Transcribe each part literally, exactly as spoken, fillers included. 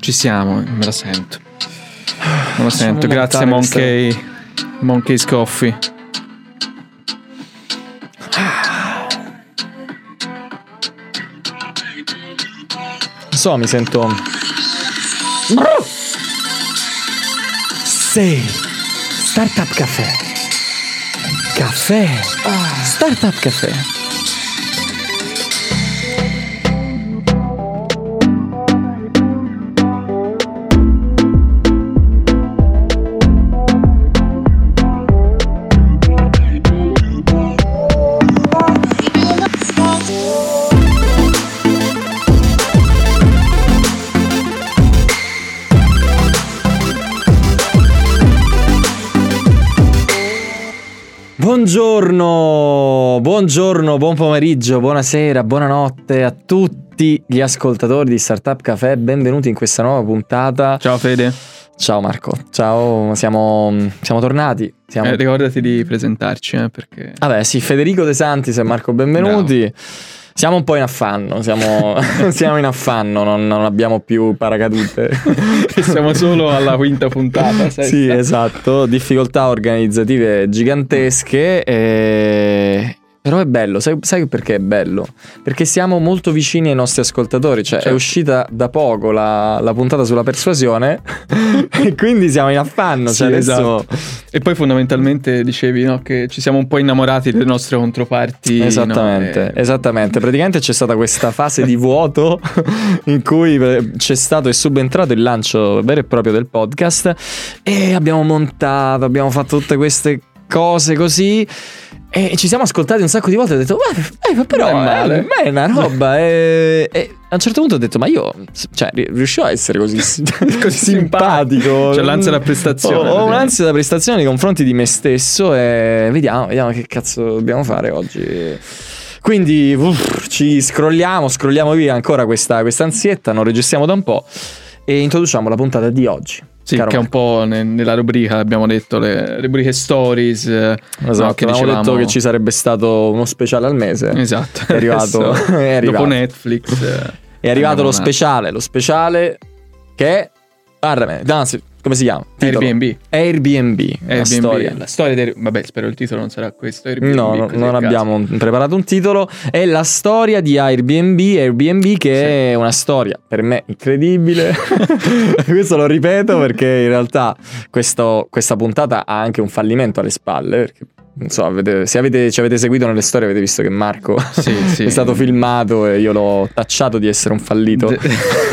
Ci siamo, me la sento. Me la sento, grazie Monkey questa... Monkey's Coffee. Non so, mi sento... Sì, Startup Café. Caffè. Ah. Startup Café. Buongiorno, buongiorno, buon pomeriggio, buonasera, buonanotte a tutti gli ascoltatori di Startup Café. Benvenuti in questa nuova puntata. Ciao Fede. Ciao Marco. Ciao, siamo, siamo tornati. Siamo... Eh, ricordati di presentarci, eh, perché... Vabbè, sì, Federico De Santis e Marco benvenuti. Bravo. Siamo un po' in affanno, siamo, siamo in affanno, non, non abbiamo più paracadute. Siamo solo alla quinta puntata. Sesta. Sì, esatto, difficoltà organizzative gigantesche, e... però è bello, sai, sai perché è bello? Perché siamo molto vicini ai nostri ascoltatori, cioè certo. È uscita da poco la, la puntata sulla persuasione e quindi siamo in affanno. Sì, cioè adesso... esatto. E poi fondamentalmente dicevi, no, che ci siamo un po' innamorati delle nostre controparti. Esattamente, no? e... esattamente. Praticamente c'è stata questa fase di vuoto in cui c'è stato e subentrato il lancio vero e proprio del podcast e abbiamo montato, abbiamo fatto tutte queste cose così e ci siamo ascoltati un sacco di volte e ho detto eh, eh, però non è male, eh, è una roba e, e a un certo punto ho detto ma io cioè riuscivo a essere così, così simpatico, c'è l'ansia da prestazione, ho, ho un'ansia da prestazione nei confronti di me stesso e vediamo, vediamo che cazzo dobbiamo fare oggi. Quindi uff, ci scrolliamo scrolliamo via ancora questa questa ansietta, non registriamo da un po' e introduciamo la puntata di oggi. Sì, Caro che è un Marco. po' nella rubrica, abbiamo detto, le rubriche stories. Esatto, no, che avevamo dicevamo... detto che ci sarebbe stato uno speciale al mese. Esatto. È arrivato, è arrivato. Dopo Netflix. È arrivato lo una... speciale, lo speciale che è... Parlami, anzi, come si chiama? Titolo. Airbnb. Airbnb. Airbnb. La storia. La storia del... Vabbè, spero il titolo non sarà questo. Airbnb, no, no non abbiamo preparato un titolo. È la storia di Airbnb. Airbnb che sì. È una storia per me incredibile. Questo lo ripeto perché in realtà questo, questa puntata ha anche un fallimento alle spalle. Perché non so, avete, se avete, ci avete seguito nelle storie avete visto che Marco sì, sì. è stato filmato e io l'ho tacciato di essere un fallito. De-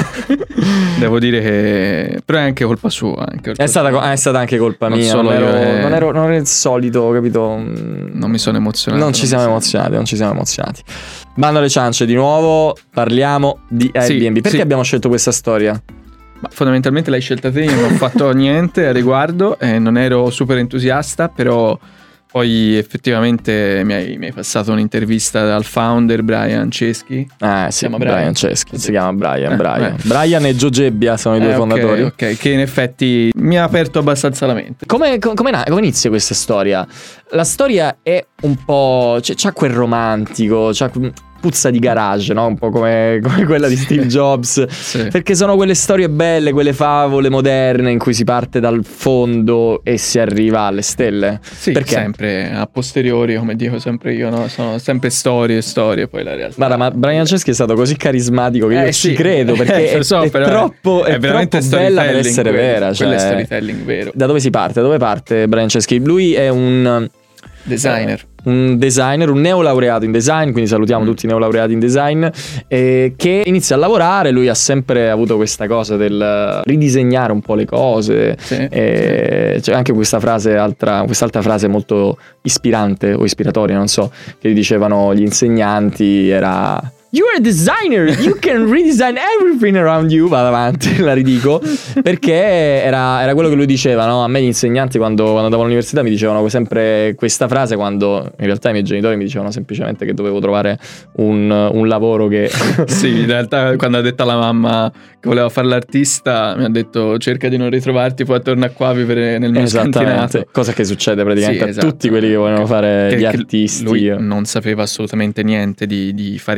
Devo dire che però è anche colpa sua, anche colpa è, stata, sua. è stata anche colpa non mia non ero, è... non, ero, non ero il solito, capito? Non mi sono emozionato. Non ci siamo emozionati, non ci siamo emozionati. Bando alle ciance, di nuovo parliamo di Airbnb. Sì, Perché sì. abbiamo scelto questa storia? Ma fondamentalmente l'hai scelta te, io non ho fatto niente a riguardo e non ero super entusiasta, però poi effettivamente mi hai, mi hai passato un'intervista dal founder Brian Ceschi. Ah sì, Brian, Brian Ceschi, si chiama Brian, eh, Brian. Eh. Brian e Joe Gebbia sono i due eh, fondatori. Ok, ok, che in effetti mi ha aperto abbastanza la mente. Come, come, come inizia questa storia? La storia è un po'... Cioè, c'ha quel romantico, c'ha... puzza di garage, no? Un po' come, come quella di Steve Jobs. Sì. Perché sono quelle storie belle, quelle favole moderne in cui si parte dal fondo e si arriva alle stelle. Sì, perché? Sempre a posteriori, come dico sempre io, no? Sono sempre storie e storie, poi la realtà. Guarda, ma Brian Ceschi è stato così carismatico che eh, io sì. ci credo, perché eh, è, so, è troppo, è è veramente troppo bella per essere quello, vera. Quello cioè, è storytelling vero. Da dove si parte? Da dove parte Brian Ceschi? Lui è un... designer. Eh, un designer, un neolaureato in design, quindi salutiamo mm. tutti i neolaureati in design, eh, che inizia a lavorare. Lui ha sempre avuto questa cosa del ridisegnare un po' le cose. Sì, e sì. C'è anche questa frase, altra, quest'altra frase molto ispirante o ispiratoria, non so, che gli dicevano gli insegnanti, era... You are a designer, you can redesign everything around you. Vado avanti, la ridico. Perché era, era quello che lui diceva, no? A me gli insegnanti quando, quando andavo all'università mi dicevano sempre questa frase, quando in realtà i miei genitori mi dicevano semplicemente che dovevo trovare un, un lavoro che... Sì, in realtà quando ha detto alla mamma che voleva fare l'artista mi ha detto cerca di non ritrovarti, poi torna qua a vivere nel mio scantinato. Cosa che succede praticamente sì, esatto. a tutti quelli che vogliono fare che, gli artisti. Lui non sapeva assolutamente niente di, di fare imprese,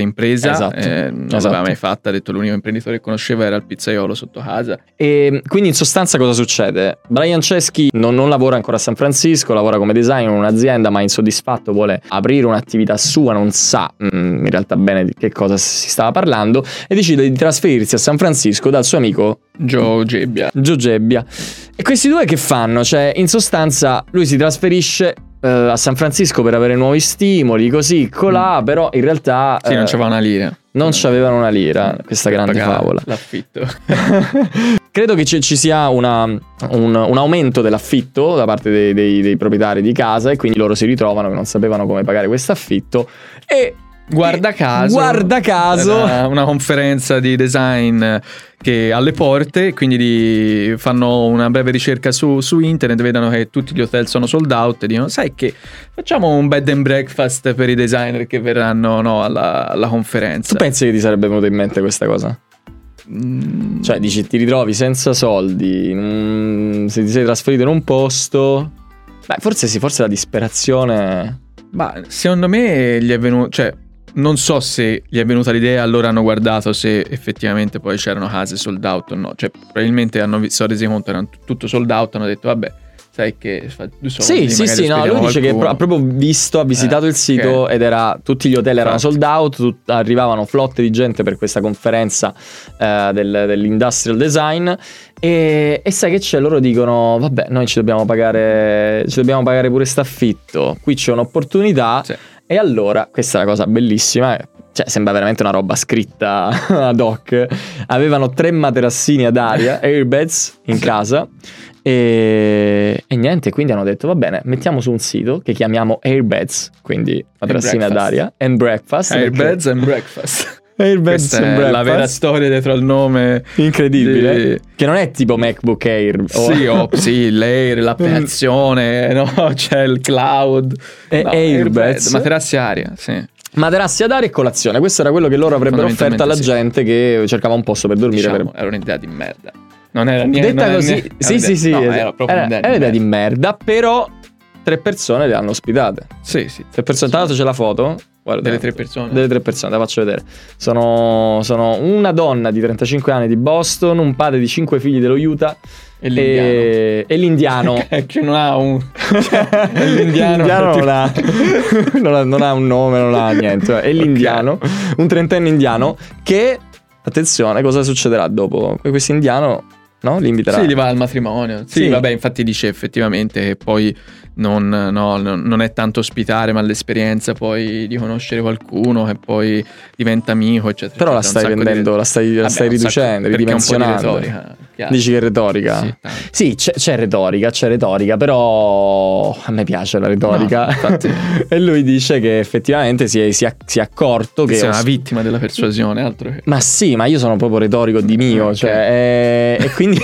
casa, esatto, eh, non esatto. l'aveva mai fatta, ha detto l'unico imprenditore che conosceva era il pizzaiolo sotto casa. E quindi in sostanza cosa succede? Brian Chesky non, non lavora ancora a San Francisco, lavora come designer in un'azienda, ma insoddisfatto vuole aprire un'attività sua, non sa mm, in realtà bene di che cosa si stava parlando, e decide di trasferirsi a San Francisco dal suo amico Joe Gebbia. Joe Gebbia. E questi due che fanno? Cioè, in sostanza, lui si trasferisce eh, a San Francisco per avere nuovi stimoli, così, colà, mm. però in realtà... Sì, eh, non c'aveva una lira. Non c'avevano una lira, questa per grande favola. L'affitto. Credo che ci, ci sia una, un, un aumento dell'affitto da parte dei, dei, dei proprietari di casa, e quindi loro si ritrovano che non sapevano come pagare questo affitto e... Guarda caso, guarda caso una, una conferenza di design che alle porte, quindi di, fanno una breve ricerca su, su internet, vedono che tutti gli hotel sono sold out e dicono: sai che facciamo un bed and breakfast per i designer che verranno, no, alla, alla conferenza. Tu pensi che ti sarebbe venuta in mente questa cosa? Mm. Cioè dici, ti ritrovi senza soldi, mm, se ti sei trasferito in un posto, beh, forse sì, forse la disperazione. Ma secondo me gli è venuto, cioè non so se gli è venuta l'idea, allora hanno guardato se effettivamente poi c'erano case sold out o no. Cioè probabilmente hanno visto, sono resi conto, erano tutto sold out, hanno detto vabbè, sai che fa due soldi. Sì, sì, sì, no, lui dice qualcuno. che ha proprio visto, ha visitato eh, il sito okay. ed era, tutti gli hotel erano Infatti. sold out, tut, arrivavano flotte di gente per questa conferenza eh, del, dell'industrial design e, e sai che c'è, loro dicono vabbè, noi ci dobbiamo pagare, ci dobbiamo pagare pure st'affitto, qui c'è un'opportunità. Sì. E allora, questa è la cosa bellissima, cioè sembra veramente una roba scritta ad hoc. Avevano tre materassini ad aria, airbeds in casa e, e niente, quindi hanno detto va bene, mettiamo su un sito che chiamiamo Airbeds, quindi materassini ad aria and breakfast. Airbeds and breakfast. Airbeds Questa and è breakfast. la vera storia dietro al nome. Incredibile, di... che non è tipo MacBook Air o... Sì, oh, sì, l'Air, l'applicazione, no? C'è il cloud e no, Airbeds, materassi aria, sì. Materassi ad aria e colazione, questo era quello che loro avrebbero offerto alla sì. gente che cercava un posto per dormire. Diciamo, per... era un'idea di merda. Non era niente. Detta non così, era niente, sì, sì, sì, no, era, era proprio era, un'idea era un'idea di merda, però tre persone le hanno ospitate. Sì, sì. Tre persone, tra l'altro c'è la foto. Guarda, delle tre persone. Delle tre persone, la faccio vedere. Sono, sono una donna di trentacinque anni di Boston, un padre di cinque figli dello Utah e l'indiano. E, e l'indiano. Che non ha un... Cioè, l'indiano, l'indiano tipo... non, ha, non, ha, non ha un nome, non ha niente. È l'indiano, okay. Un trentenne indiano che, attenzione, cosa succederà dopo? Questo indiano... No? Li inviterà. Sì, li va al matrimonio. Sì, sì, vabbè, infatti dice effettivamente che poi non, no, non è tanto ospitare, ma l'esperienza poi di conoscere qualcuno che poi diventa amico, eccetera. Però eccetera. la stai vendendo, di... la stai, la vabbè, stai riducendo, ridimensionando. Di retorica, dici che è retorica? Sì, sì c'è, c'è retorica, c'è retorica, però a me piace la retorica. No, e lui dice che effettivamente si è, si è, si è accorto che... Sei os... una vittima della persuasione, altro che... Ma sì, ma io sono proprio retorico di mio, okay. Cioè, e, e quindi...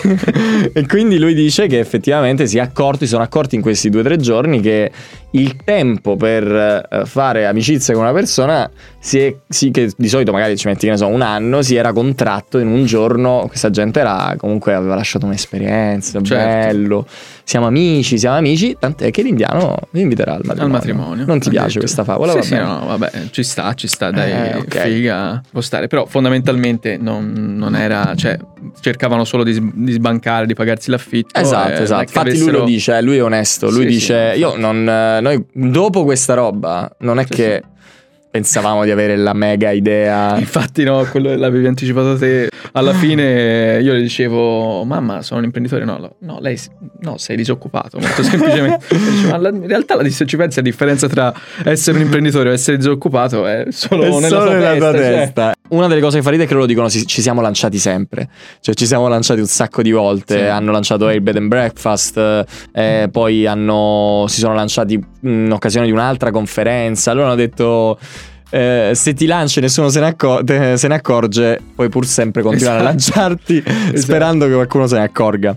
e quindi lui dice che effettivamente si è accorto, si sono accorti in questi due o tre giorni che il tempo per fare amicizia con una persona si è, sì, che di solito magari ci metti, che ne so, un anno, si era contratto in un giorno. Questa gente era comunque aveva lasciato un'esperienza, certo. Bello, siamo amici, siamo amici, tant'è che l'indiano mi inviterà al matrimonio. Al matrimonio. Non ti piace questa favola? Sì, vabbè. sì, no, vabbè, ci sta, ci sta, dai, eh, okay. Figa, può stare. Però fondamentalmente non, non era, cioè, cercavano solo di, di sbancare, di pagarsi l'affitto. Esatto, eh, esatto. Infatti avessero... lui lo dice, lui è onesto, lui sì, dice, sì, io non, noi dopo questa roba, non è sì, che... Sì. Pensavamo di avere la mega idea. Infatti no, quello l'avevi anticipato te. Alla fine io le dicevo: mamma, sono un imprenditore. No, no, lei no, sei disoccupato. Molto semplicemente. Dice, ma in realtà la, se ci pensi, la differenza tra essere un imprenditore e essere disoccupato è solo, è nella, solo tua nella tua testa, testa. Cioè. Una delle cose che fa ridere è che loro dicono ci, ci siamo lanciati sempre. Cioè ci siamo lanciati un sacco di volte. Sì. Hanno lanciato Air Bed and Breakfast, eh, poi hanno, si sono lanciati in occasione di un'altra conferenza. Allora hanno detto eh, se ti lanci e nessuno se ne, accor- te, se ne accorge, puoi pur sempre continuare esatto. a lanciarti esatto. sperando che qualcuno se ne accorga.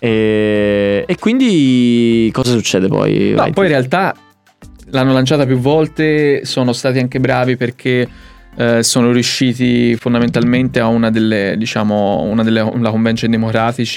E, e quindi cosa succede poi? No, Vai, poi in realtà l'hanno lanciata più volte, sono stati anche bravi perché eh, sono riusciti fondamentalmente a una delle, diciamo, una delle una convention democratici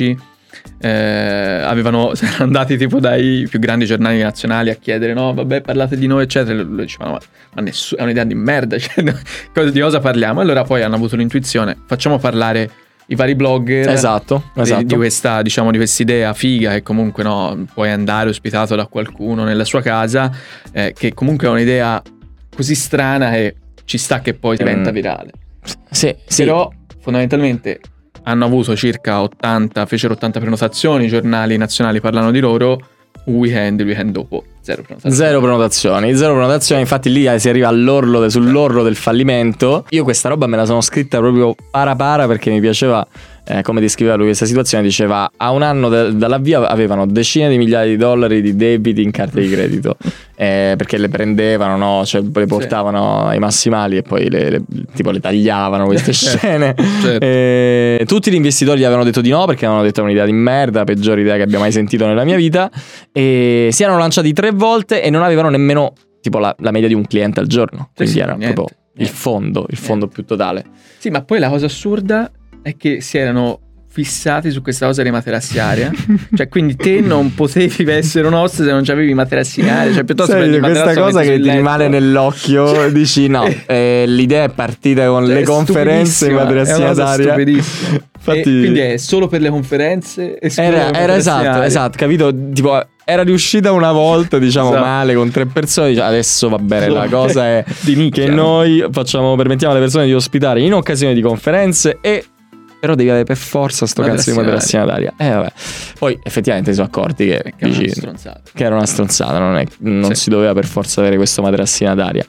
eh, avevano erano andati tipo dai più grandi giornali nazionali a chiedere no vabbè parlate di noi eccetera, e loro dicevano ma, ma nessuno, è un'idea di merda, cioè, di cosa parliamo? E allora poi hanno avuto l'intuizione, facciamo parlare i vari blogger esatto, esatto. Di, di questa diciamo di questa idea figa che comunque no puoi andare ospitato da qualcuno nella sua casa, eh, che comunque è un'idea così strana e ci sta che poi diventa mm. virale. Sì, sì. Però fondamentalmente hanno avuto circa ottanta, fecero ottanta prenotazioni, i giornali nazionali parlano di loro, un weekend, il weekend dopo zero prenotazioni. Zero prenotazioni, zero prenotazioni, infatti lì si arriva all'orlo, sull'orlo del fallimento. Io questa roba me la sono scritta proprio para para perché mi piaceva, eh, come descriveva lui questa situazione, diceva a un anno da, dall'avvio avevano decine di migliaia di dollari di debiti in carte di credito, eh, perché le prendevano, no? Cioè le portavano sì. ai massimali e poi le, le, tipo le tagliavano queste scene. Certo. E tutti gli investitori gli avevano detto di no perché avevano detto è un'idea di merda, peggiore idea che abbia mai sentito nella mia vita, e si erano lanciati tre volte e non avevano nemmeno tipo la, la media di un cliente al giorno, quindi sì, era niente, proprio niente. il fondo, il fondo niente. più totale. Sì, ma poi la cosa assurda è che si erano fissati su questa cosa dei materassi aria. Cioè quindi te non potevi essere un host se non c'avevi i materassi in aria, cioè piuttosto prendi questa cosa che ti rimane nell'occhio, cioè, dici no, eh, l'idea è partita con cioè, le conferenze in materassi in aria. Infatti, e quindi è solo per le conferenze e era, era esatto, esatto, capito? Tipo era riuscita una volta, diciamo, esatto. male con tre persone, dice, adesso va bene, so, la cosa è che noi facciamo, permettiamo alle persone di ospitare in occasione di conferenze e però devi avere per forza sto cazzo di materassina d'aria. Eh vabbè. Poi effettivamente si sono accorti che, che, dici, era, una stronzata. che era una stronzata, non, è, non sì. si doveva per forza avere questo materassina d'aria.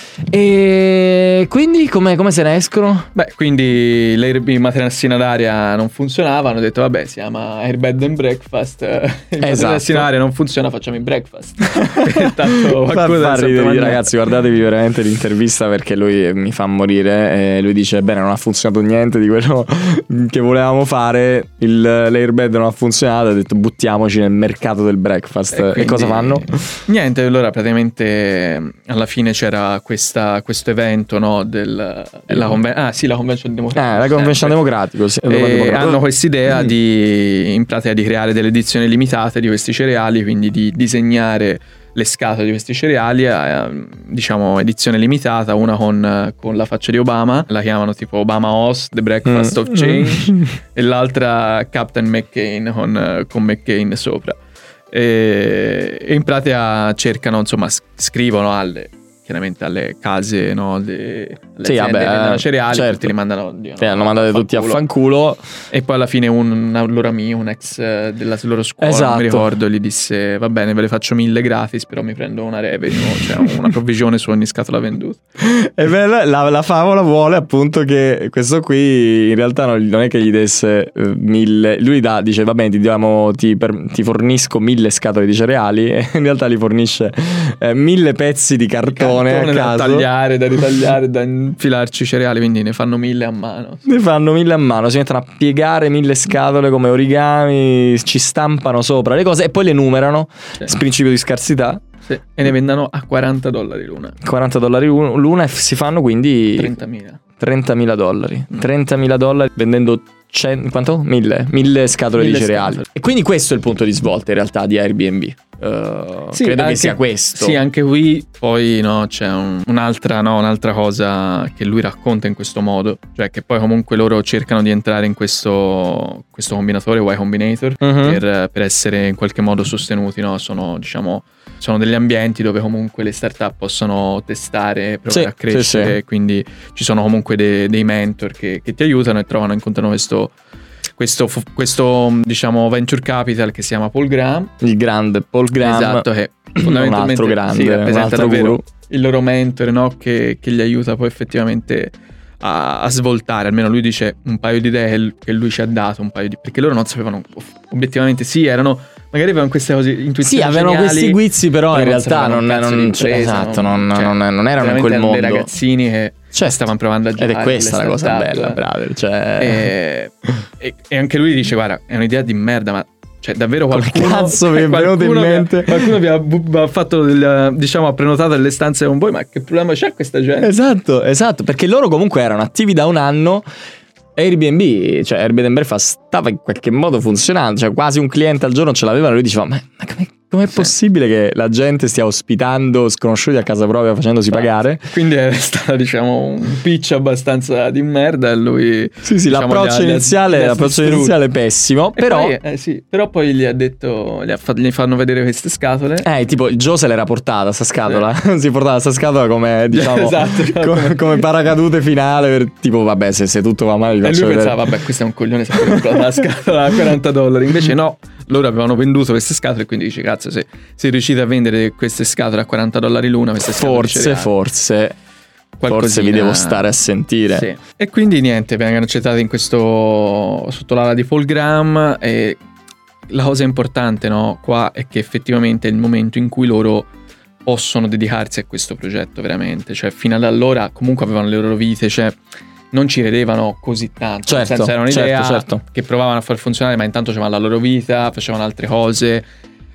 E quindi come, come se ne escono? Beh, quindi le materassina d'aria non funzionava, hanno detto vabbè si chiama Airbed and Breakfast, il esatto. materassina d'aria non funziona, facciamo i breakfast. Tanto fa, fa ridere, ragazzi, guardatevi veramente l'intervista perché lui mi fa morire, e lui dice bene non ha funzionato niente di quello che volevamo fare, il, l'Airbed non ha funzionato, ha detto buttiamoci nel mercato del breakfast. E, quindi, e cosa fanno? Niente, allora praticamente alla fine c'era questo Questa, questo evento no del la conven- ah sì la convention democratica eh, la convention eh, democratico sì, e hanno quest'idea mm. di in pratica di creare delle edizioni limitate di questi cereali, quindi di disegnare le scatole di questi cereali a, diciamo edizione limitata, una con, con la faccia di Obama, la chiamano tipo Obama Host The Breakfast mm. of Change mm. e l'altra Captain McCain con, con McCain sopra, e, e in pratica cercano, insomma scrivono alle chiaramente alle case, no, le, alle sì, vabbè, che vendono cereali, certo. tutti li mandano, Dio, sì, hanno mandate tutti a fanculo, e poi alla fine un, un loro amico, un ex della loro scuola, esatto. non mi ricordo, gli disse va bene ve le faccio mille gratis però mi prendo una revenue, cioè una provvisione su ogni scatola venduta. E beh, la, la favola vuole appunto che questo qui in realtà non, non è che gli desse eh, mille, lui dà, dice va bene ti, diamo, ti, per, ti fornisco mille scatole di cereali, e in realtà li fornisce eh, mille pezzi di cartone da caso. tagliare, da ritagliare, da infilarci i cereali, quindi ne fanno mille a mano. Ne fanno mille a mano, si mettono a piegare mille scatole come origami, ci stampano sopra le cose e poi le numerano, sì. principio di scarsità. Sì. E ne vendono a quaranta dollari l'una. quaranta dollari l'una e si fanno quindi trentamila. trentamila dollari. Mm. trentamila dollari vendendo cento, quanto? Mille, mille scatole mille di cereali. Scatole. E quindi questo è il punto di svolta in realtà di Airbnb. Uh, sì, credo anche, che sia questo. Sì, anche qui poi no, c'è un, un'altra, no, un'altra cosa che lui racconta in questo modo, cioè che poi comunque loro cercano di entrare in questo, questo combinatore Y Combinator uh-huh. per, per essere in qualche modo sostenuti, no? Sono diciamo sono degli ambienti dove comunque le startup possono testare, provare sì, a crescere, sì, sì. Quindi ci sono comunque de, dei mentor che, che ti aiutano e trovano, incontrano questo Questo, questo diciamo venture capital che si chiama Paul Graham, il grande Paul Graham, esatto, che fondamentalmente un altro grande, sì, rappresenta un altro davvero guru. Il loro mentore, no? che, che gli aiuta poi effettivamente a, a svoltare. Almeno lui dice un paio di idee che lui ci ha dato, un paio di perché loro non sapevano obiettivamente, sì erano magari avevano queste cose intuizioni, sì avevano geniali, questi guizzi però, però in realtà non, non, impresa, esatto, non, non, cioè, non, non erano in quel mondo dei ragazzini che cioè, stavano provando a giocare. Ed è questa la cosa bella, bravo, cioè... e, e, e anche lui dice guarda è un'idea di merda, ma cioè davvero qualcuno cazzo mi è venuto in mente, qualcuno vi ha, vi ha fatto del, diciamo ha prenotato delle stanze con voi, ma che problema c'è questa gente? Esatto, esatto, perché loro comunque erano attivi da un anno Airbnb, cioè Airbnb stava in qualche modo funzionando, cioè quasi un cliente al giorno ce l'avevano e lui diceva ma, ma come com'è sì. possibile che la gente stia ospitando sconosciuti a casa propria facendosi Beh, pagare? Quindi è stato diciamo un pitch abbastanza di merda e lui sì sì diciamo, l'approccio li ha, iniziale li ha l'approccio iniziale pessimo e però poi, eh, sì, però poi gli ha detto gli, ha fatto, gli fanno vedere queste scatole eh tipo Joe se l'era portata sta scatola sì. si portava sta scatola come diciamo esatto, cioè, come, come paracadute finale per tipo vabbè se, se tutto va male e lui vedere. pensava vabbè questo è un coglione, si è comprato la scatola a quaranta dollari, invece no, loro avevano venduto queste scatole e quindi dice cazzo se, se riuscite a vendere queste scatole a quaranta dollari l'una, queste forse forse forse vi devo stare a sentire sì. E quindi niente, vengono accettati in questo sotto l'ala di Paul Graham e la cosa importante no qua è che effettivamente è il momento in cui loro possono dedicarsi a questo progetto veramente, cioè fino ad allora comunque avevano le loro vite, cioè non ci credevano così tanto, certo, nel senso era un'idea certo, certo. che provavano a far funzionare, ma intanto c'avevano la loro vita, facevano altre cose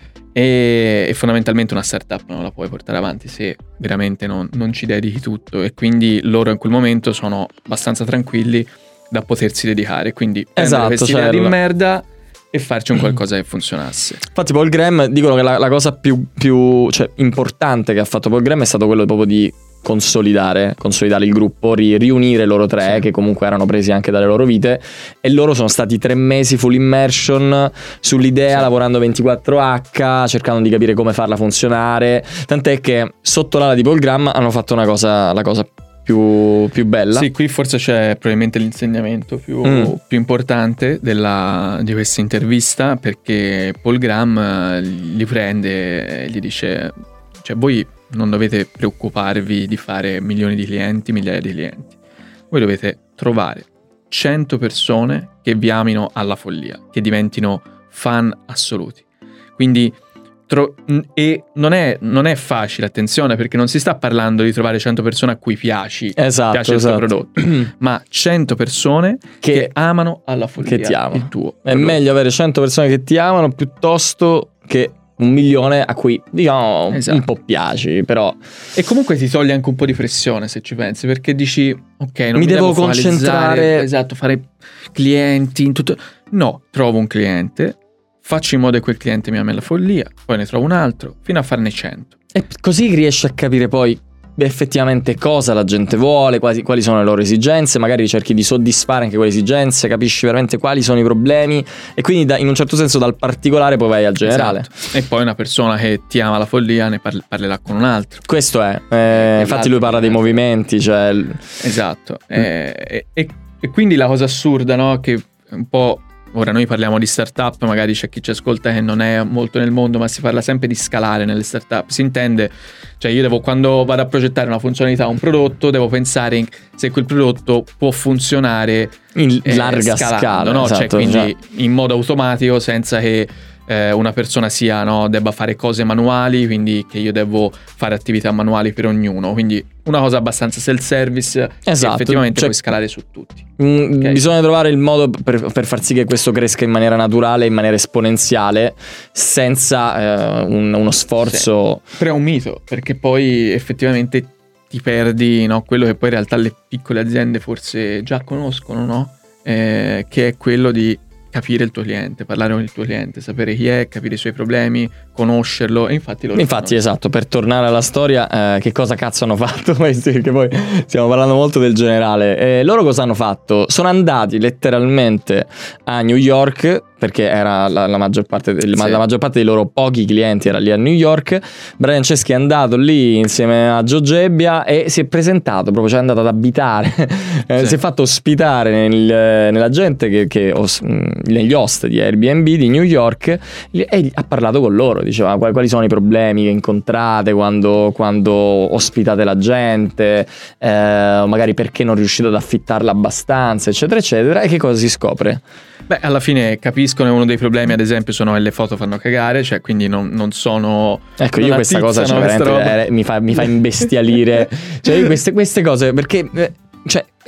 e, e fondamentalmente una startup non la puoi portare avanti se veramente non, non ci dedichi tutto, e quindi loro in quel momento sono abbastanza tranquilli da potersi dedicare, quindi esatto, questa cioè idea di la... merda e farci un qualcosa che funzionasse. Infatti Paul Graham, dicono che la, la cosa più, più cioè, importante che ha fatto Paul Graham è stato quello proprio di consolidare consolidare il gruppo, ri, riunire loro tre sì. che comunque erano presi anche dalle loro vite, e loro sono stati tre mesi full immersion sull'idea sì. lavorando ventiquattro acca, cercando di capire come farla funzionare, tant'è che sotto l'ala di Paul Graham hanno fatto una cosa la cosa più, più bella. Sì, qui forse c'è probabilmente l'insegnamento più, mm. più importante della, di questa intervista, perché Paul Graham li prende e gli dice cioè voi non dovete preoccuparvi di fare milioni di clienti, migliaia di clienti. Voi dovete trovare cento persone che vi amino alla follia, che diventino fan assoluti. Quindi tro- e non è, non è facile, attenzione, perché non si sta parlando di trovare cento persone a cui piaci, esatto, piace esatto. il tuo prodotto, ma cento persone che, che amano alla follia che ti amano. Il tuo è prodotto. Meglio avere cento persone che ti amano piuttosto che un milione a cui diciamo esatto. un po' piaci, però e comunque ti toglie anche un po' di pressione se ci pensi, perché dici ok non mi, mi devo, devo concentrare, esatto, fare clienti in tutto, no, trovo un cliente, faccio in modo che quel cliente mi ami alla follia, poi ne trovo un altro fino a farne cento, e così riesci a capire poi effettivamente cosa la gente vuole, quali, quali sono le loro esigenze, magari cerchi di soddisfare anche quelle esigenze, capisci veramente quali sono i problemi e quindi da, in un certo senso dal particolare poi vai al generale. Esatto. E poi una persona che ti ama la follia ne parle, parlerà con un altro. Questo è, eh, infatti lui parla dei movimenti, cioè esatto. Mm. E, e, e quindi la cosa assurda, no? Che un po'. Ora noi parliamo di startup, magari c'è chi ci ascolta che non è molto nel mondo, ma si parla sempre di scalare nelle startup. Si intende, cioè io devo, quando vado a progettare una funzionalità, un prodotto, devo pensare in, se quel prodotto può funzionare in eh, larga scalando, scala, no? Esatto, cioè quindi già. in modo automatico, senza che eh, una persona sia, no, debba fare cose manuali, quindi che io devo fare attività manuali per ognuno, quindi una cosa abbastanza self-service, esatto, che effettivamente cioè, puoi scalare su tutti. Mh, okay. Bisogna trovare il modo per, per far sì che questo cresca in maniera naturale, in maniera esponenziale, senza eh, un, uno sforzo. Sì. Però è un mito, perché poi effettivamente ti perdi, no, quello che poi in realtà le piccole aziende forse già conoscono, no? Eh, che è quello di capire il tuo cliente, parlare con il tuo cliente, sapere chi è, capire i suoi problemi, conoscerlo, e infatti lo Infatti fanno. Esatto, per tornare alla storia, eh, che cosa cazzo hanno fatto questi? Perché poi stiamo parlando molto del generale. Eh, loro cosa hanno fatto? Sono andati letteralmente a New York, perché era la, la, maggior parte del, sì. la maggior parte dei loro pochi clienti era lì a New York. Brian Chesky è andato lì insieme a Joe Gebbia e si è presentato, proprio, cioè è andato ad abitare, eh, sì. si è fatto ospitare nel, nella gente che, che os, negli host di Airbnb di New York e ha parlato con loro, diceva quali sono i problemi che incontrate quando, quando ospitate la gente, eh, magari perché non riuscite ad affittarla abbastanza, eccetera eccetera. E che cosa si scopre? Beh, alla fine capiscono, uno dei problemi ad esempio sono che le foto fanno cagare, cioè quindi non, non sono ecco non io questa cosa cioè, veramente, eh, mi, fa, mi fa imbestialire cioè io queste, queste cose perché cioè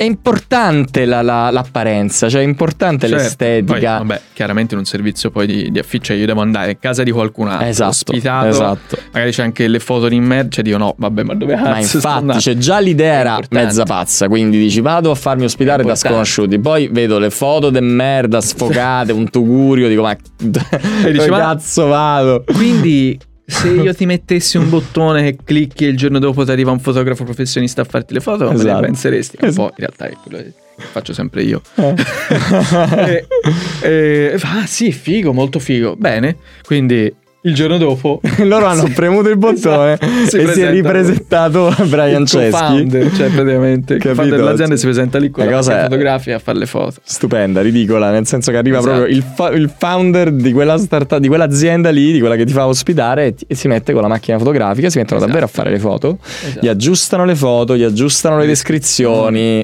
è importante la, la, l'apparenza, cioè è importante certo. l'estetica. Poi, vabbè, chiaramente in un servizio poi di, di affitto, cioè io devo andare in casa di qualcun altro, esatto, ospitato, esatto. magari c'è anche le foto di merda, cioè dico no, vabbè, ma dove cazzo? Ma infatti, cioè, già l'idea era mezza pazza, quindi dici vado a farmi ospitare da sconosciuti, poi vedo le foto de merda sfocate, un tugurio, dico ma e dici, dove cazzo vado? Quindi se io ti mettessi un bottone che clicchi e il giorno dopo ti arriva un fotografo professionista a farti le foto, esatto. me ne penseresti? Un po' in realtà è quello che faccio sempre io. Eh. e, e, ah sì, figo, molto figo. Bene, quindi il giorno dopo loro hanno sì, premuto il bottone esatto, si e si è ripresentato Brian Chesky, founder, cioè praticamente il founder dell'azienda si presenta lì con la cosa fotografia a fare le foto. Stupenda, ridicola, nel senso che arriva esatto. proprio il, fa- il founder di quella startup, di quell'azienda lì, di quella che ti fa ospitare e, ti- e si mette con la macchina fotografica, si mettono esatto. davvero a fare le foto, esatto. gli aggiustano le foto, gli aggiustano le descrizioni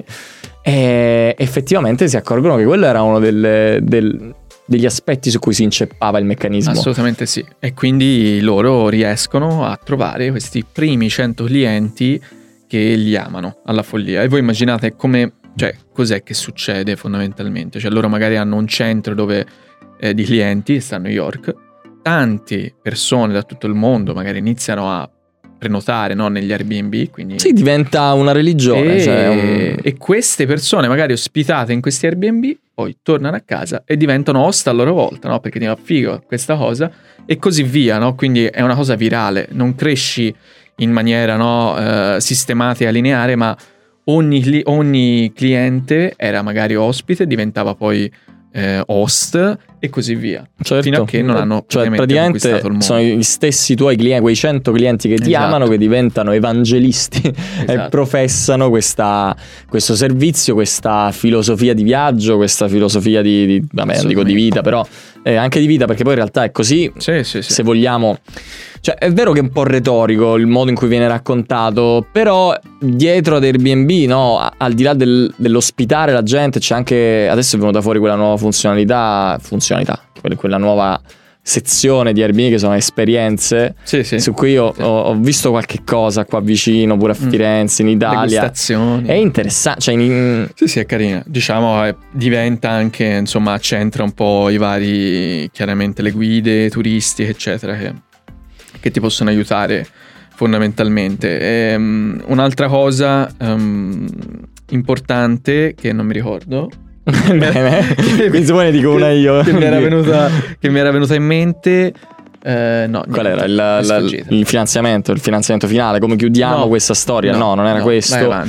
e effettivamente si accorgono che quello era uno delle, del degli aspetti su cui si inceppava il meccanismo. Assolutamente sì. E quindi loro riescono a trovare questi primi cento clienti che li amano alla follia. E voi immaginate come, cioè, cos'è che succede fondamentalmente? Cioè loro magari hanno un centro dove eh, di clienti, sta a New York, tante persone da tutto il mondo magari iniziano a prenotare, no, negli Airbnb, quindi sì, diventa una religione, e, cioè un... e queste persone magari ospitate in questi Airbnb poi tornano a casa e diventano host a loro volta, no? Perché ti va figo questa cosa e così via, no? Quindi è una cosa virale, non cresci in maniera no, eh, sistematica, lineare, ma ogni, ogni cliente era magari ospite, diventava poi eh, host e così via, certo. fino a che non hanno cioè praticamente il mondo. Sono gli stessi tuoi clienti, quei cento clienti che ti esatto. amano, che diventano evangelisti esatto. e professano questa, questo servizio, questa filosofia di viaggio, questa filosofia di, di vabbè non dico di vita, però eh, anche di vita, perché poi in realtà è così, sì, sì, sì. se vogliamo. Cioè è vero che è un po' retorico il modo in cui viene raccontato, però dietro ad Airbnb, no, al di là del, dell'ospitare la gente, c'è anche, adesso è venuta fuori quella nuova funzionalità, funzionalità, quella nuova sezione di Airbnb che sono esperienze, sì, sì. su cui io sì. ho, ho visto qualche cosa qua vicino, pure a Firenze, in Italia. È interessante, cioè in... Sì, sì, è carina. Diciamo, eh, diventa anche, insomma, accentra un po' i vari, chiaramente le guide turistiche, eccetera, che, che ti possono aiutare fondamentalmente. E, um, un'altra cosa um, importante che non mi ricordo. Bene, quindi se vuoi ne dico una io. Che mi era venuta, che mi era venuta in mente. Eh, no, qual era il, la, il finanziamento, il finanziamento finale? Come chiudiamo no, questa storia? No, no non era no, questo.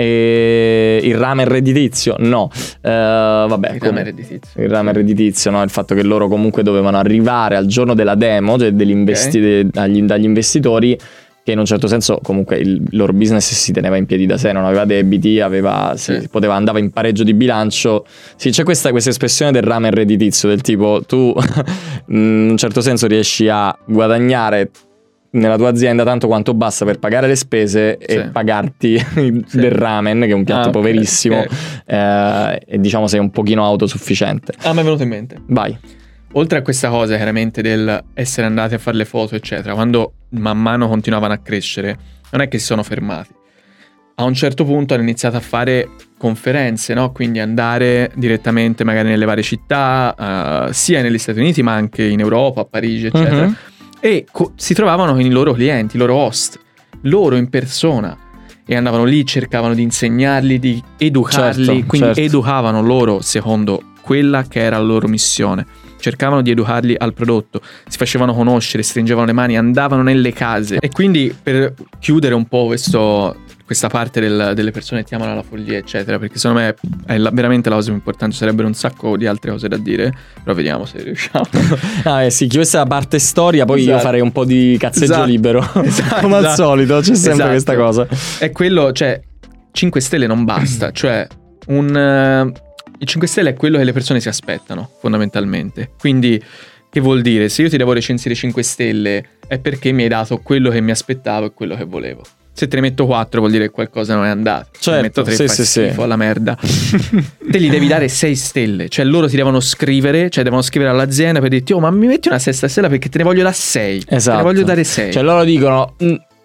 E il rame redditizio? No. Uh, vabbè, il come, rame redditizio. Il rame redditizio, no? Il fatto che loro comunque dovevano arrivare al giorno della demo, cioè degli investi- okay. dagli, dagli investitori, che in un certo senso comunque il loro business si teneva in piedi da sé, non aveva debiti, aveva, sì. si poteva, andava in pareggio di bilancio. Sì, c'è questa, questa espressione del rame redditizio, del tipo tu in un certo senso riesci a guadagnare nella tua azienda tanto quanto basta per pagare le spese sì. e pagarti sì. del ramen, che è un piatto ah, poverissimo, okay. Eh, e diciamo sei un pochino autosufficiente. Ah, mi è venuto in mente. Vai. Oltre a questa cosa chiaramente del essere andati a fare le foto eccetera, quando man mano continuavano a crescere, non è che si sono fermati. A un certo punto hanno iniziato a fare conferenze, no? Quindi andare direttamente magari nelle varie città, uh, sia negli Stati Uniti ma anche in Europa, a Parigi eccetera, uh-huh. e co- si trovavano con i loro clienti, i loro host, loro in persona, e andavano lì, cercavano di insegnarli, di educarli, certo, quindi certo. educavano loro secondo quella che era la loro missione. Cercavano di educarli al prodotto, si facevano conoscere, stringevano le mani, andavano nelle case. E quindi, per chiudere un po' questo, questa parte del, delle persone che ti amano alla follia eccetera, perché secondo me è la, veramente la cosa più importante, sarebbero un sacco di altre cose da dire, però vediamo se riusciamo. Ah, eh sì, questa è la parte storia, poi esatto. io farei un po' di cazzeggio esatto. libero, esatto. come al solito, c'è sempre esatto. questa cosa. È quello, cioè, cinque stelle non basta, cioè un... Uh, il cinque stelle è quello che le persone si aspettano, fondamentalmente. Quindi, che vuol dire? Se io ti devo recensire cinque stelle è perché mi hai dato quello che mi aspettavo e quello che volevo. Se te ne metto quattro vuol dire che qualcosa non è andato. Certo, se ne metto tre sì, fai sì, schifo sì. alla merda. Te gli devi dare sei stelle. Cioè loro ti devono scrivere, cioè devono scrivere all'azienda per dirti: oh, ma mi metti una sesta stella perché te ne voglio da sei. Esatto. Te ne voglio dare sei. Cioè loro dicono...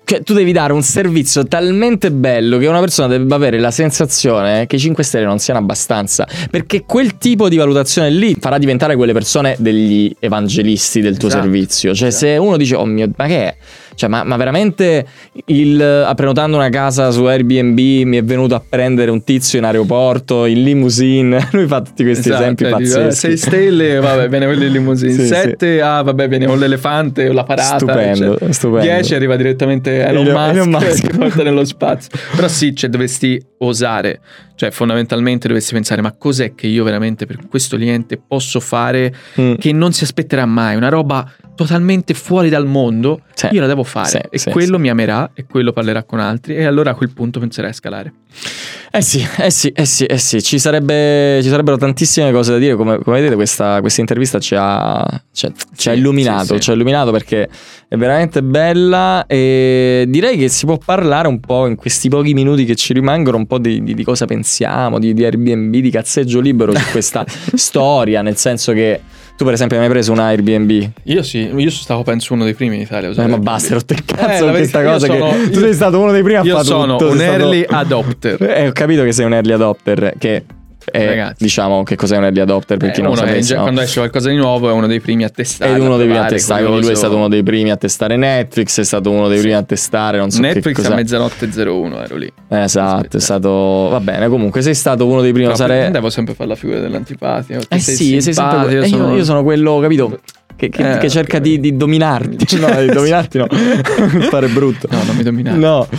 Cioè, tu devi dare un servizio talmente bello che una persona debba avere la sensazione che i cinque stelle non siano abbastanza, perché quel tipo di valutazione lì farà diventare quelle persone degli evangelisti del tuo esatto, servizio. Cioè, esatto. se uno dice oh mio, ma che è? Cioè, ma, ma veramente il, prenotando una casa su Airbnb mi è venuto a prendere un tizio in aeroporto, in limousine. Lui fa tutti questi esatto, esempi cioè, pazzeschi. sei stelle, vabbè, viene quello in limousine. Sì, sette, sì. ah, vabbè, viene con l'elefante o la parata. Stupendo, cioè. stupendo. dieci arriva direttamente Elon, Elon Musk, Elon Musk. Che porta nello spazio. Però sì, cioè, dovresti osare. Cioè, fondamentalmente dovresti pensare, ma cos'è che io veramente per questo cliente posso fare mm. che non si aspetterà mai? Una roba totalmente fuori dal mondo, sì, io la devo fare, sì, e sì, quello sì. mi amerà e quello parlerà con altri, e allora a quel punto penserai a scalare. Eh sì, eh sì, eh sì, eh sì, ci sarebbe, ci sarebbero tantissime cose da dire. Come, come vedete, questa, questa intervista ci ha, ci, sì, ci ha illuminato, sì, sì. ci ha illuminato perché è veramente bella, e direi che si può parlare un po' in questi pochi minuti che ci rimangono un po' di, di, di cosa pensiamo, di, di Airbnb, di cazzeggio libero su questa storia, nel senso che tu per esempio hai mai preso un Airbnb? Io sì, io stavo penso uno dei primi in Italia. Eh, ma basta, rotto il cazzo eh, con questa cosa sono, che io, tu sei stato uno dei primi a fare tutto. Io sono un early stato... adopter. Eh, ho capito che sei un early adopter, che è, ragazzi, diciamo che cos'è un early adopter per eh, chi non lo sapesse, no? Quando esce qualcosa di nuovo è uno dei primi a testare. È uno dei primi a testare, quindi lui è stato uno dei primi a testare Netflix, è stato uno dei sì. primi a testare, non so Netflix che cos'è. a mezzanotte zero uno ero lì. Esatto, è stato, va bene, comunque sei stato uno dei primi a usare. Devo sempre fare la figura dell'antipatico. Eh sei sì, sei sempre io, sono... io sono quello, capito? Che, che, eh, che cerca okay. di, di dominarti. No, di dominarti no. Fare brutto. No, non mi dominare. No.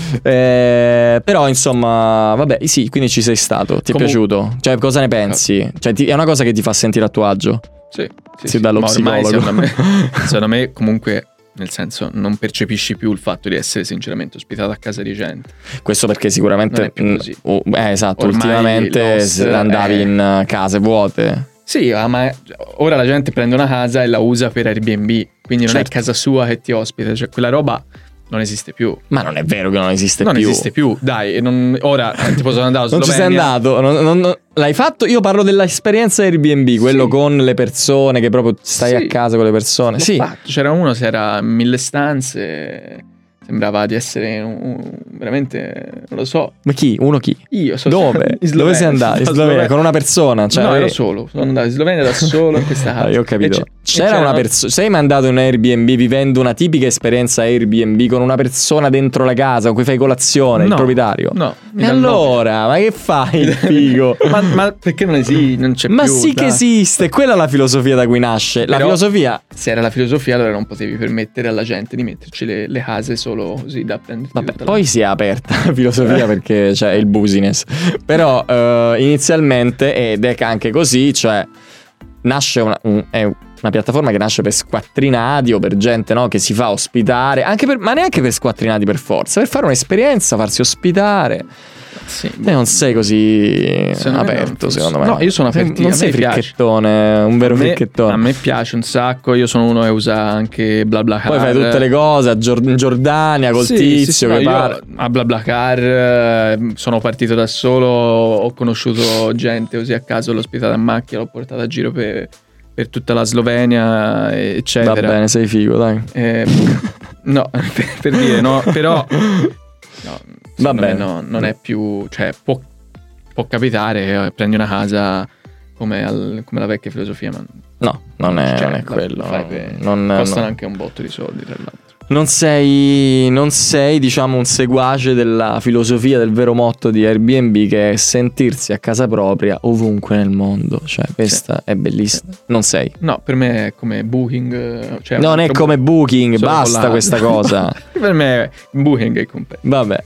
Eh, però insomma, vabbè, sì, quindi ci sei stato. Ti Comun- è piaciuto? Cioè, cosa ne pensi? No. Cioè, ti, è una cosa che ti fa sentire a tuo agio? Sì. Sì, sì, sì. dallo Ma psicologo. Secondo me, secondo me comunque, nel senso, non percepisci più il fatto di essere sinceramente ospitato a casa di gente. Questo perché sicuramente non è più così. Uh, eh, esatto, ormai ultimamente andavi è... in case vuote. Sì, ma ora la gente prende una casa e la usa per Airbnb, quindi non certo. è casa sua che ti ospita, cioè quella roba non esiste più. Ma non è vero che non esiste non più. Non esiste più, dai, non, ora tipo sono andato a Slovenia. Non ci sei andato, non, non, non, l'hai fatto? Io parlo dell'esperienza Airbnb, quello sì. con le persone, che proprio stai sì. a casa con le persone. L'ho sì, fatto. C'era uno, se era mille stanze... Sembrava di essere un, un, veramente, non lo so. Ma chi? Uno chi? Io sono Dove? Dove sei andato? In Slovenia? Con una persona? Cioè, no, eri... ero solo. Sono andato in Slovenia da solo in questa casa. Ah, io ho capito. C- c'era una persona. Sei mandato in Airbnb vivendo una tipica esperienza Airbnb con una persona dentro la casa con cui fai colazione, no, il proprietario? No. E allora, ma che fai il figo? ma, ma perché non esiste? Non c'è ma più. Ma sì dai. che esiste. Quella è la filosofia da cui nasce. La Però, filosofia. Se era la filosofia, allora non potevi permettere alla gente di metterci le, le case solo così da prendere. Vabbè, poi si è aperta la filosofia perché c'è il business. Però uh, inizialmente, ed è anche così, cioè nasce una, un, è una piattaforma che nasce per squattrinati o per gente, no, che si fa ospitare, anche per, ma neanche per squattrinati per forza, per fare un'esperienza, farsi ospitare. Sì, te non sei così secondo aperto, me secondo me. No, io sono aperto. Non sei fricchettone, un vero a me, fricchettone. A me piace un sacco. Io sono uno che usa anche BlaBlaCar. Poi fai tutte le cose a Giord- in Giordania col sì, tizio sì, sì, che no, parla. A BlaBlaCar sono partito da solo. Ho conosciuto gente così a caso, l'ho ospitata in macchina, l'ho portata a giro per, per tutta la Slovenia, eccetera. Va bene, sei figo, dai. Eh, no, per, per dire, no, però. No, va bene, no, non è più, cioè può, può capitare, eh, prendi una casa come, al, come la vecchia filosofia, ma no, non è, cioè, non è quello. La, per, non, costano no. anche un botto di soldi, tra l'altro. Non sei, non sei, diciamo, un seguace della filosofia del vero motto di Airbnb, che è sentirsi a casa propria ovunque nel mondo. Cioè, questa sì. è bellissima. Sì. Non sei. No, per me è come Booking. Cioè non è come Booking, basta questa cosa. Per me Booking è completo. Vabbè,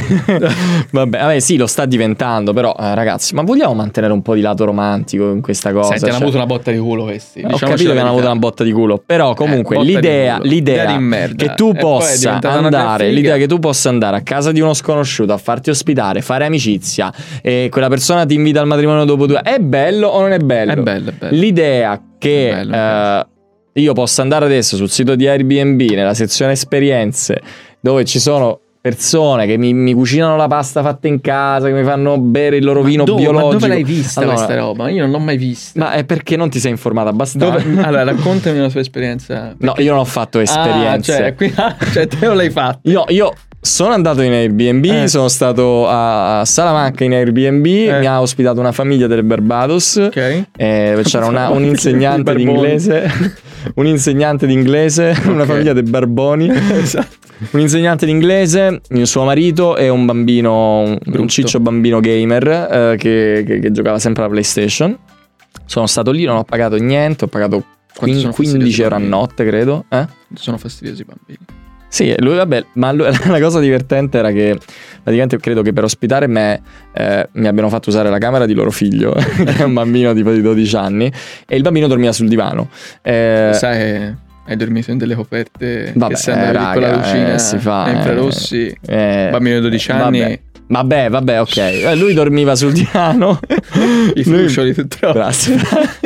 ok. Vabbè, vabbè, sì, lo sta diventando, però, eh, ragazzi, ma vogliamo mantenere un po' di lato romantico in questa cosa? Senti, cioè, hanno avuto una botta di culo questi. Ho capito che hanno avuto una botta di culo, però comunque eh, l'idea, l'idea che tu possa andare, l'idea che tu possa andare a casa di uno sconosciuto a farti ospitare, fare amicizia e quella persona ti invita al matrimonio dopo due, è bello o non è bello? È bello, è bello. L'idea che è bello, eh, io possa andare adesso sul sito di Airbnb nella sezione esperienze, dove ci sono persone che mi, mi cucinano la pasta fatta in casa, che mi fanno bere il loro ma vino dove, biologico. Ma dove l'hai vista allora, questa roba? Io non l'ho mai vista. Ma è perché non ti sei informato abbastanza. Dove? Allora, raccontami una tua esperienza. Perché... No, io non ho fatto esperienze. Ah, cioè, qui, ah, cioè te non l'hai fatto. Io, io Sono andato in Airbnb, Eh. sono stato a Salamanca in Airbnb, Eh. mi ha ospitato una famiglia del Barbados. Ok. Eh, c'era una- un insegnante di Barboni. inglese, un insegnante di inglese, una Ok. famiglia dei Barboni, Esatto. un insegnante di inglese, il suo marito e un bambino, un, un Brutto. ciccio bambino gamer eh, che, che- che giocava sempre alla PlayStation. Sono stato lì, non ho pagato niente, ho pagato Quanto sono quindici fastidiosi euro a bambini? notte, credo. Eh? Sono fastidiosi i bambini. Sì, lui vabbè, ma lui- la cosa divertente era che praticamente credo che per ospitare me eh, mi abbiano fatto usare la camera di loro figlio, che è un bambino tipo di dodici anni, e il bambino dormiva sul divano. Eh, Sai, hai dormito in delle coperte Vabbè, che essendo una raga, piccola cucina eh, si fa, a infrarossi, eh, bambino di dodici anni, Vabbè, vabbè, vabbè, ok. Eh, Lui dormiva sul divano. i Lui- fruscioli tutto. Grazie.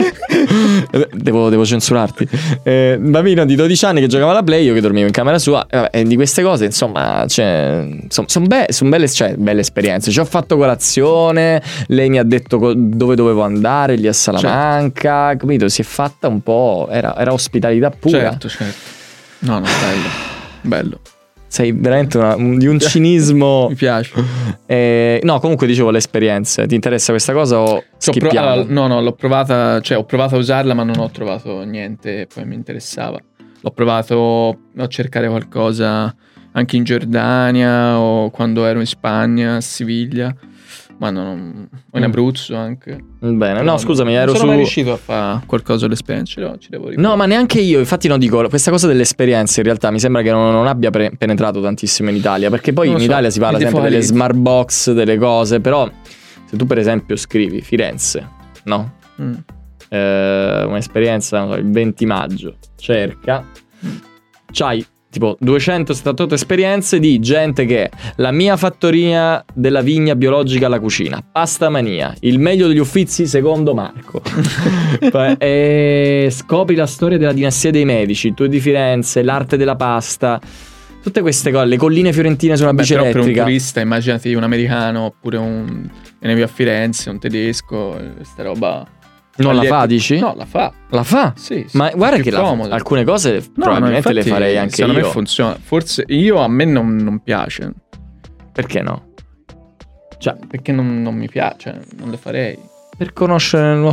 devo, devo censurarti. Eh, un bambino di dodici anni che giocava alla Play, io che dormivo in camera sua. E vabbè, e di queste cose, insomma, cioè, sono son be- son belle, cioè, belle esperienze. Ci ho fatto colazione, lei mi ha detto co- dove dovevo andare, lì a Salamanca. Capito? Si è fatta un po'. Era, era ospitalità pura. Certo, certo. No, no, bello. Bello. Sei veramente una- un- di un cinismo. Mi piace. Eh, no, comunque dicevo le esperienze. Ti interessa questa cosa o Ci ho pro- schippiamo? allora, no, no, l'ho provata, cioè ho provato a usarla, ma non ho trovato niente, poi mi interessava. L'ho provato a cercare qualcosa anche in Giordania o quando ero in Spagna, a Siviglia, ma non, o in Mm. Abruzzo anche. Bene, Però no, scusami, non ero sono su. mai riuscito a fare qualcosa all'esperienza, no, ci devo No, riprovare. ma neanche io, infatti no, dico, questa cosa delle esperienze in realtà mi sembra che non, non abbia pre- penetrato tantissimo in Italia, perché poi Non in lo so, Italia si parla mi sempre delle defocalizzo. smart box, delle cose, però se tu per esempio scrivi Firenze, no? Mm. Eh, un'esperienza, non so, il venti maggio, cerca, c'hai tipo duecentosettantotto esperienze di gente che la mia fattoria della vigna biologica alla cucina, pasta mania, il meglio degli Uffizi secondo Marco. Poi, e scopri la storia della dinastia dei Medici, il tour di Firenze, l'arte della pasta, tutte queste cose, le colline fiorentine su una Beh, bici però per un elettrica. turista, immaginati un americano oppure un viene a Firenze, un tedesco, questa roba. Non la Lì è fa, più- dici? No, la fa. La fa? Sì, sì, Ma è guarda più che la- comodo. alcune cose No, probabilmente no, le infatti, farei anche secondo io. me funziona. Forse io a me non, non piace. Perché no? Cioè, perché non, non mi piace, non le farei. Per conoscere il nuovo.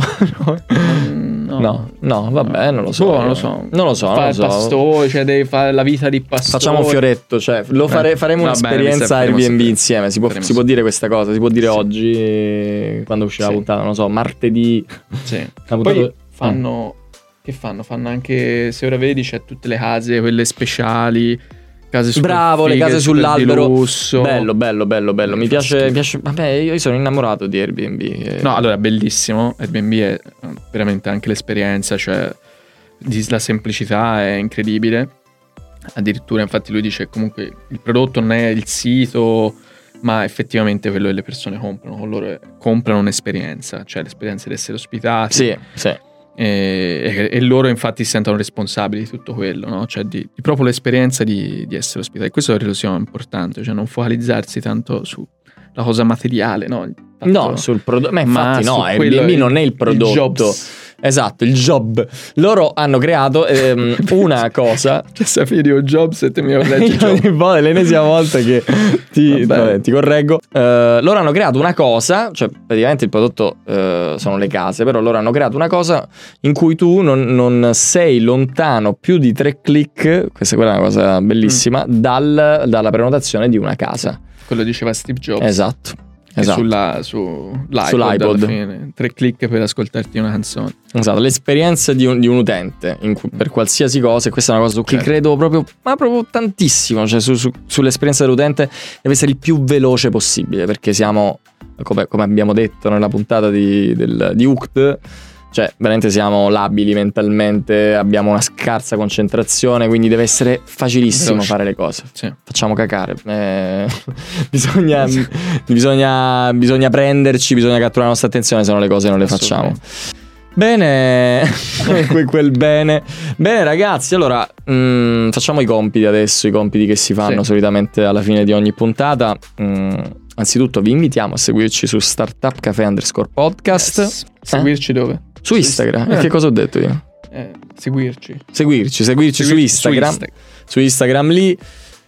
No, No, no, vabbè, non lo so. Boh, io. non lo so. Non lo so, non Fare lo il so. pastore, cioè devi fare la vita di pastore. Facciamo un fioretto, cioè lo fare- Eh, faremo va bene, un'esperienza mi sa- faremo Airbnb sapere. insieme. Si può, Faremo si può dire questa cosa, si può dire Sì. oggi eh, quando uscirà Sì. la puntata, non lo so, martedì. Sì. La puntata- Poi fanno... Che fanno? Fanno anche, se ora vedi, c'è tutte le case, quelle speciali, case super Bravo, le fighe, case super sull'albero. di lusso. Bello, bello, bello, bello. Mi Mi fa piace, schifo. mi piace. Vabbè, io sono innamorato di Airbnb. eh. No, allora, bellissimo. Airbnb è veramente anche l'esperienza, cioè di- la semplicità è incredibile. Addirittura, infatti, lui dice comunque il prodotto non è il sito, ma effettivamente quello che le persone comprano. Con loro è- comprano un'esperienza, cioè l'esperienza di essere ospitati. Sì, sì. E, e- e loro infatti si sentono responsabili di tutto quello, no? Cioè di, di proprio l'esperienza di, di essere ospitati. Questo credo sia importante, cioè non focalizzarsi tanto sulla cosa materiale, no? Il fatto- No, sul prodotto. Ma infatti, ma no, su quello Airbnb è non è il prodotto. jobs. Esatto, il job. Loro hanno creato ehm, una cosa. Cioè, sapevi di Jobs e te mi correggi Io Jobs. ogni volta, l'ennesima volta che ti, Vabbè. vabbè, ti correggo. Eh, loro hanno creato una cosa, cioè praticamente il prodotto eh, sono le case, però loro hanno creato una cosa in cui tu non, non sei lontano più di tre click, questa quella è una cosa bellissima, Mm. dal- dalla prenotazione di una casa. Quello diceva Steve Jobs. Esatto. E Esatto. Sulla, su l'iPod, Sull'iPod. alla fine. Tre click per ascoltarti una canzone. Esatto, l'esperienza di un, di un utente in cui- per qualsiasi cosa, e questa è una cosa su cui Certo. credo proprio, ma proprio tantissimo, cioè su- su- sull'esperienza dell'utente deve essere il più veloce possibile, perché siamo, come, come abbiamo detto nella puntata di, del, di U C T, cioè veramente siamo labili mentalmente, abbiamo una scarsa concentrazione, quindi deve essere facilissimo Veloce. fare le cose. Sì. Facciamo cacare. Eh, bisogna, bisogna, bisogna prenderci, bisogna catturare la nostra attenzione, se no le cose non le facciamo. Bene, que- quel bene. Bene ragazzi, allora mm, facciamo i compiti adesso, i compiti che si fanno Sì. solitamente alla fine di ogni puntata. Mm, anzitutto vi invitiamo a seguirci su Startup Café underscore podcast, Yes. Seguirci dove? su Instagram. Eh. E che cosa ho detto io? Eh, seguirci. Seguirci, seguirci su Seguirci Instagram. Insta- Su Instagram lì.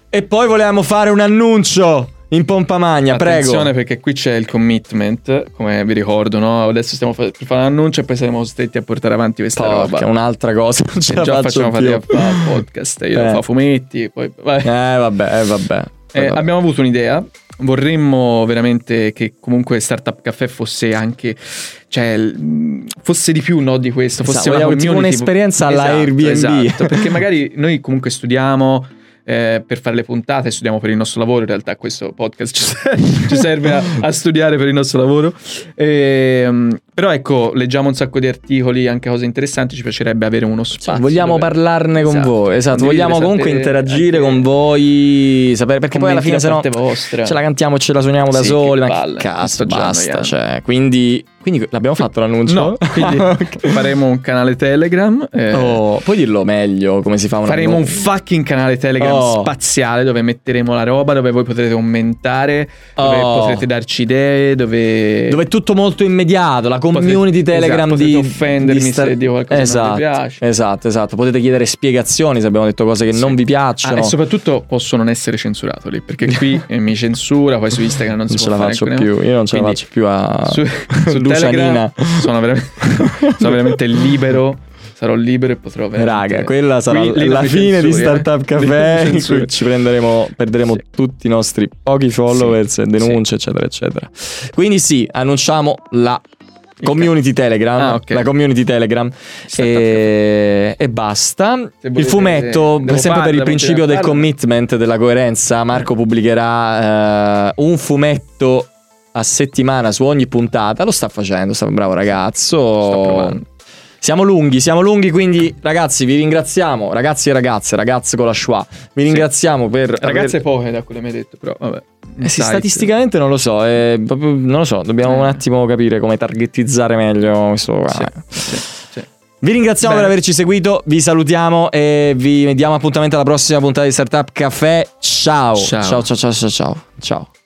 E poi volevamo fare un annuncio in pompa magna, prego. Attenzione, perché qui c'è il commitment, come vi ricordo, no? Adesso stiamo per fare un annuncio e poi saremo costretti a portare avanti questa Porca, roba. un'altra cosa, non ce la già faccio facciamo più. fatica a fare il podcast, io Eh. fa fumetti, poi vai. Eh vabbè, eh vabbè. Eh, Eh, vabbè. abbiamo avuto un'idea. Vorremmo veramente che comunque Startup Café fosse anche, cioè, l- fosse di più, no, di questo, fosse Esatto, una vogliamo tipo community. un'esperienza alla Esatto, Airbnb. esatto, perché magari noi comunque studiamo eh, per fare le puntate, studiamo per il nostro lavoro, in realtà questo podcast ci serve, ci serve a, a studiare per il nostro lavoro. Ehm, però ecco, leggiamo un sacco di articoli, anche cose interessanti, ci piacerebbe avere uno spazio. Vogliamo dove- parlarne con Esatto, voi, esatto, condividere, vogliamo comunque sapere interagire anche con voi, sapere, perché poi alla fine commenti se da no parte vostra. ce la cantiamo e ce la suoniamo da Sì, soli, che ma palle, che mi cazzo, sto già basta, annoiando. cioè, quindi, quindi l'abbiamo fatto l'annuncio? No, quindi faremo un canale Telegram. eh, Oh, puoi dirlo meglio come si fa un Faremo un annuncio? fucking canale Telegram Oh. spaziale dove metteremo la roba, dove voi potrete commentare, dove Oh. potrete darci idee, dove... Dove è tutto molto immediato, la community Potrete- Telegram esatto, di potete offendermi di Star- se dico qualcosa che esatto, non vi piace. Esatto, esatto, potete chiedere spiegazioni se abbiamo detto cose che Sì. non vi Ah, piacciono. e soprattutto posso non essere censurato lì, perché qui eh, mi censura, poi su Instagram non, non si ce può la fare faccio alcune- più, io non ce la Quindi, faccio più a su, su Lucianina. Telegram sono veramente, sono veramente libero, sarò libero e potrò veramente... Raga, quella sarà Qui- lì la non mi fine di censuri, eh. Startup Lì Café non mi in censuri. cui ci prenderemo, perderemo Sì. tutti i nostri pochi followers Sì. e denunce, eccetera, eccetera. Quindi sì, annunciamo la community Telegram, Ah, ok. la community Telegram e, e basta. Se Il volete- fumetto, devo sempre per farla, il principio del farla. commitment, della coerenza, Marco pubblicherà eh, un fumetto a settimana su ogni puntata. Lo sta facendo, sta un bravo ragazzo. Sto provando. Siamo lunghi, siamo lunghi, quindi ragazzi vi ringraziamo, ragazzi e ragazze, ragazze con la schwa, vi ringraziamo per... Ragazze aver- poche da quello che mi hai detto, però vabbè. Eh sì, Insight. statisticamente non lo so, è proprio- non lo so, dobbiamo Eh. un attimo capire come targetizzare meglio questo... Sì, eh. sì, sì. Vi ringraziamo Bene. per averci seguito, vi salutiamo e vi diamo appuntamento alla prossima puntata di Startup Café. Ciao, Ciao. ciao, ciao, ciao, ciao, ciao. Ciao.